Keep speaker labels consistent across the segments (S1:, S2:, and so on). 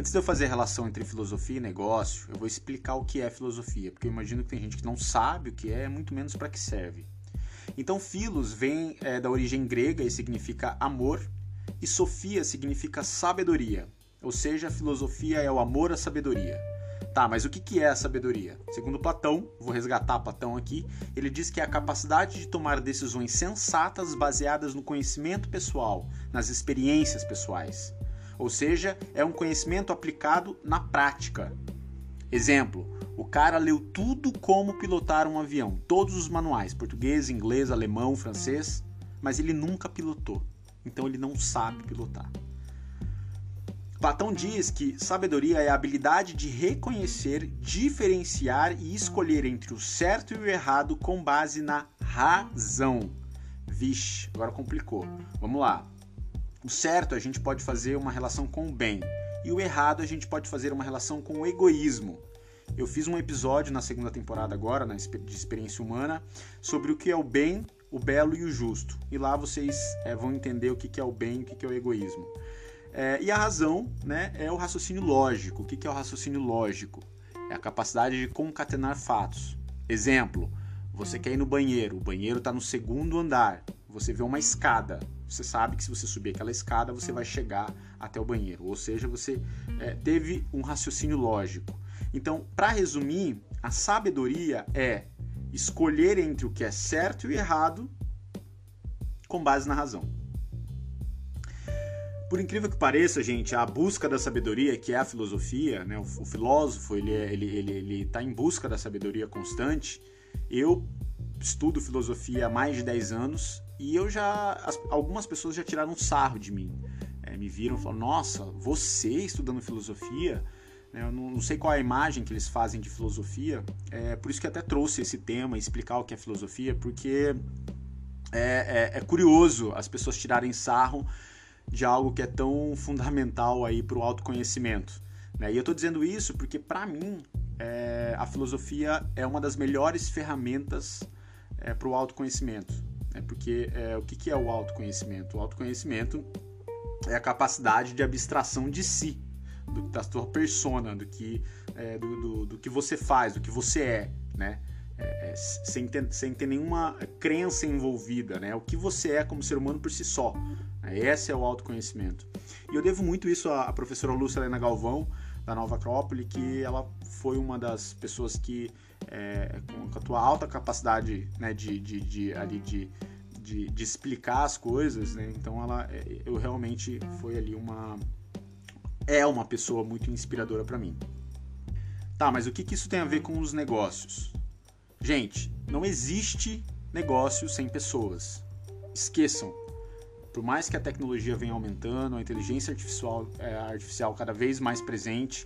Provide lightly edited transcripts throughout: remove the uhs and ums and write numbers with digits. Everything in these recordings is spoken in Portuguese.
S1: Antes de eu fazer a relação entre filosofia e negócio, eu vou explicar o que é filosofia, porque eu imagino que tem gente que não sabe o que é, muito menos para que serve. Então, philos vem da origem grega e significa amor, e sofia significa sabedoria, ou seja, a filosofia é o amor à sabedoria. Tá, mas o que é a sabedoria? Segundo Platão, vou resgatar Platão aqui, ele diz que é a capacidade de tomar decisões sensatas baseadas no conhecimento pessoal, nas experiências pessoais. Ou seja, é um conhecimento aplicado na prática. Exemplo, o cara leu tudo como pilotar um avião, todos os manuais, português, inglês, alemão, francês, mas ele nunca pilotou, então ele não sabe pilotar. Platão diz que sabedoria é a habilidade de reconhecer, diferenciar e escolher entre o certo e o errado com base na razão. Vixe, agora complicou. Vamos lá. O certo a gente pode fazer uma relação com o bem e o errado a gente pode fazer uma relação com o egoísmo. Eu fiz um episódio na segunda temporada agora, de Experiência Humana, sobre o que é o bem, o belo e o justo. E lá vocês vão entender o que é o bem e o que é o egoísmo. E a razão, né, é o raciocínio lógico. O que é o raciocínio lógico? É a capacidade de concatenar fatos. Exemplo, você quer ir no banheiro, o banheiro está no segundo andar, você vê uma escada. Você sabe que se você subir aquela escada, você vai chegar até o banheiro. Ou seja, você teve um raciocínio lógico. Então, para resumir, a sabedoria é escolher entre o que é certo e errado com base na razão. Por incrível que pareça, gente, a busca da sabedoria, que é a filosofia, né, o filósofo, ele está em busca da sabedoria constante. Eu estudo filosofia há mais de 10 anos e algumas pessoas já tiraram sarro de mim. Me viram e falaram, nossa, você estudando filosofia? Eu não sei qual é a imagem que eles fazem de filosofia, por isso que até trouxe esse tema, explicar o que é filosofia, porque é curioso as pessoas tirarem sarro de algo que é tão fundamental aí para o autoconhecimento. E eu estou dizendo isso porque, para mim, a filosofia é uma das melhores ferramentas para o autoconhecimento. Porque o que é o autoconhecimento? O autoconhecimento é a capacidade de abstração de si, da sua persona, do que você faz, do que você é, né? Sem ter nenhuma crença envolvida, né? O que você é como ser humano por si só. Esse é o autoconhecimento. E eu devo muito isso à professora Lúcia Helena Galvão, da Nova Acrópole, que ela foi uma das pessoas que, com a tua alta capacidade, né, de explicar as coisas, né? Então eu realmente foi ali uma pessoa muito inspiradora para mim. Tá, mas o que isso tem a ver com os negócios? Gente, não existe negócio sem pessoas. Esqueçam. Por mais que a tecnologia venha aumentando, a inteligência artificial cada vez mais presente,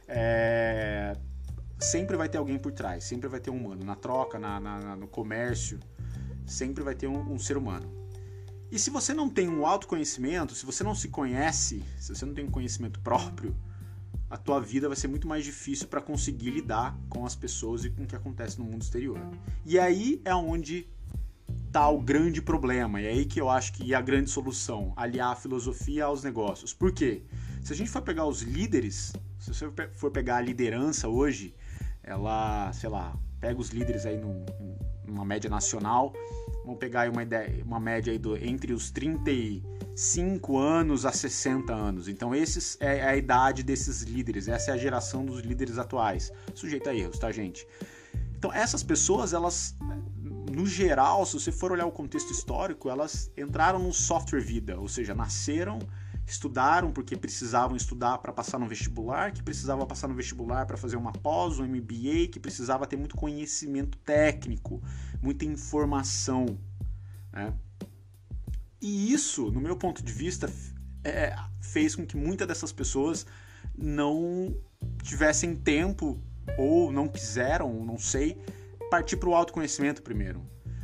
S1: sempre vai ter alguém por trás, sempre vai ter um humano. Na troca, no comércio, sempre vai ter um ser humano. E se você não tem um autoconhecimento, se você não se conhece, se você não tem um conhecimento próprio, a tua vida vai ser muito mais difícil para conseguir lidar com as pessoas e com o que acontece no mundo exterior. E aí é onde está o grande problema, e é aí que eu acho que é a grande solução, aliar a filosofia aos negócios. Por quê? Se a gente for pegar os líderes, se você for pegar a liderança hoje, ela, sei lá, pega os líderes aí numa média nacional, vamos pegar aí uma média aí entre os 35 anos a 60 anos. Então, essa é a idade desses líderes, essa é a geração dos líderes atuais. Sujeita a erros, tá, gente? Então, essas pessoas, elas, no geral, se você for olhar o contexto histórico, elas entraram num software vida, ou seja, nasceram, estudaram porque precisavam estudar para passar no vestibular, que precisava passar no vestibular para fazer uma pós, um MBA, que precisava ter muito conhecimento técnico, muita informação, né? E isso, no meu ponto de vista, fez com que muitas dessas pessoas não tivessem tempo ou não quiseram, não sei, partir para o autoconhecimento primeiro.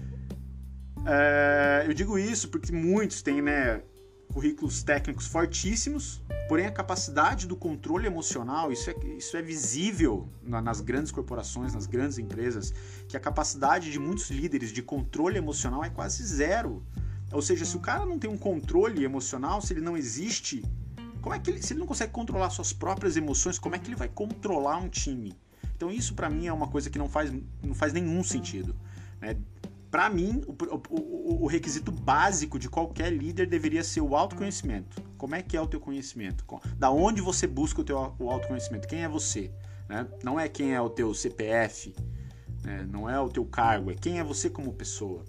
S1: Eu digo isso porque muitos têm, né, currículos técnicos fortíssimos, porém a capacidade do controle emocional, isso é visível nas grandes corporações, nas grandes empresas, que a capacidade de muitos líderes de controle emocional é quase zero. Ou seja, se o cara não tem um controle emocional, se ele não existe, se ele não consegue controlar suas próprias emoções, como é que ele vai controlar um time? Então isso para mim é uma coisa que não faz nenhum sentido, né? Para mim, o requisito básico de qualquer líder deveria ser o autoconhecimento. Como é que é o teu conhecimento? Da onde você busca o autoconhecimento? Quem é você? Né? Não é quem é o teu CPF, né? Não é o teu cargo, é quem é você como pessoa.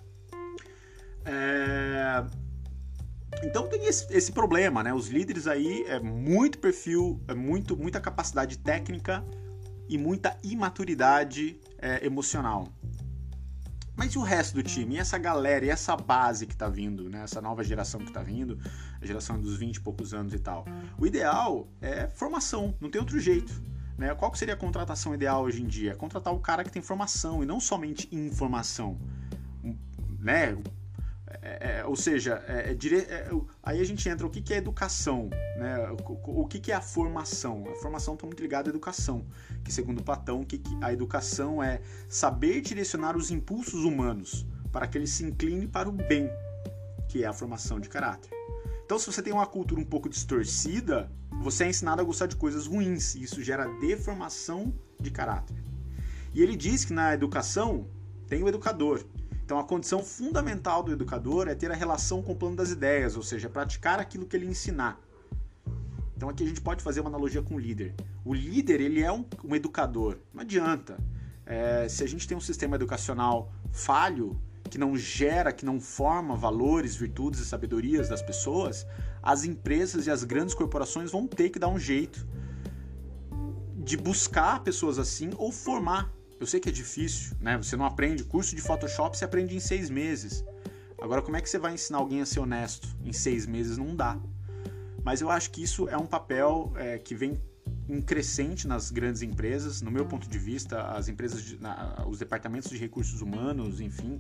S1: Então tem esse problema, né? Os líderes aí é muito perfil, muita capacidade técnica e muita imaturidade emocional. Mas e o resto do time? E essa galera, e essa base que tá vindo, né? Essa nova geração que tá vindo, a geração dos 20 e poucos anos e tal. O ideal é formação, não tem outro jeito, né? Qual que seria a contratação ideal hoje em dia? É contratar o cara que tem formação e não somente informação, né? Ou seja, aí a gente entra o que é educação, né? O que é a formação? A formação está muito ligada à educação, que segundo Platão, a educação é saber direcionar os impulsos humanos para que eles se inclinem para o bem, que é a formação de caráter. Então, se você tem uma cultura um pouco distorcida, você é ensinado a gostar de coisas ruins, e isso gera deformação de caráter. E ele diz que na educação tem o educador. Então, a condição fundamental do educador é ter a relação com o plano das ideias, ou seja, praticar aquilo que ele ensinar. Então, aqui a gente pode fazer uma analogia com o líder. O líder, ele é um educador. Não adianta. Se a gente tem um sistema educacional falho, que não gera, que não forma valores, virtudes e sabedorias das pessoas, as empresas e as grandes corporações vão ter que dar um jeito de buscar pessoas assim ou formar. Eu sei que é difícil, né? Você não aprende. Curso de Photoshop você aprende em 6 meses. Agora, como é que você vai ensinar alguém a ser honesto? Em 6 meses não dá. Mas eu acho que isso é um papel que vem em crescente nas grandes empresas. No meu ponto de vista, as empresas, os departamentos de recursos humanos, enfim,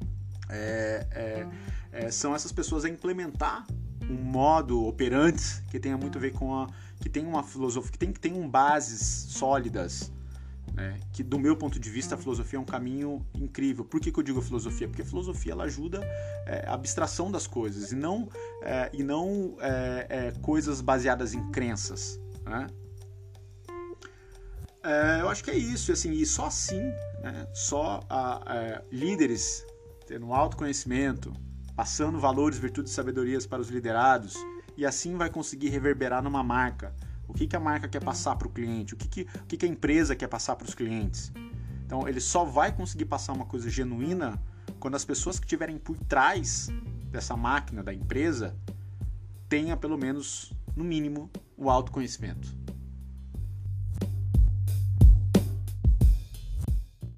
S1: são essas pessoas a implementar um modo operante que tenha muito a ver com que tem uma filosofia, que tem bases sólidas. Que do meu ponto de vista a filosofia é um caminho incrível. Por que eu digo filosofia? Porque a filosofia ela ajuda a abstração das coisas e não coisas baseadas em crenças, né? Eu acho que é isso, assim, e só assim, né, líderes tendo autoconhecimento, passando valores, virtudes e sabedorias para os liderados, e assim vai conseguir reverberar numa marca. O que a marca quer passar para o cliente? O que a empresa quer passar para os clientes? Então, ele só vai conseguir passar uma coisa genuína quando as pessoas que estiverem por trás dessa máquina, da empresa, tenha pelo menos, no mínimo, o autoconhecimento.